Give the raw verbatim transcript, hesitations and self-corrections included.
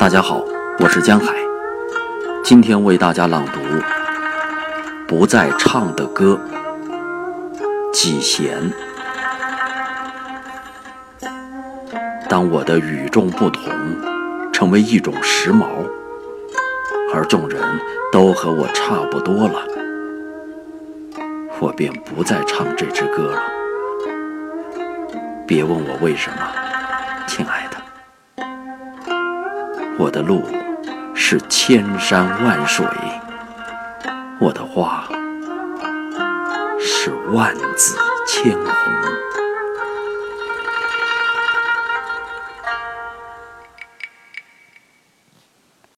大家好，我是江海，今天为大家朗读不再唱的歌，季弦。当我的与众不同成为一种时髦，而众人都和我差不多了，我便不再唱这支歌了。别问我为什么，亲爱的，我的路是千山万水，我的花是万紫千红。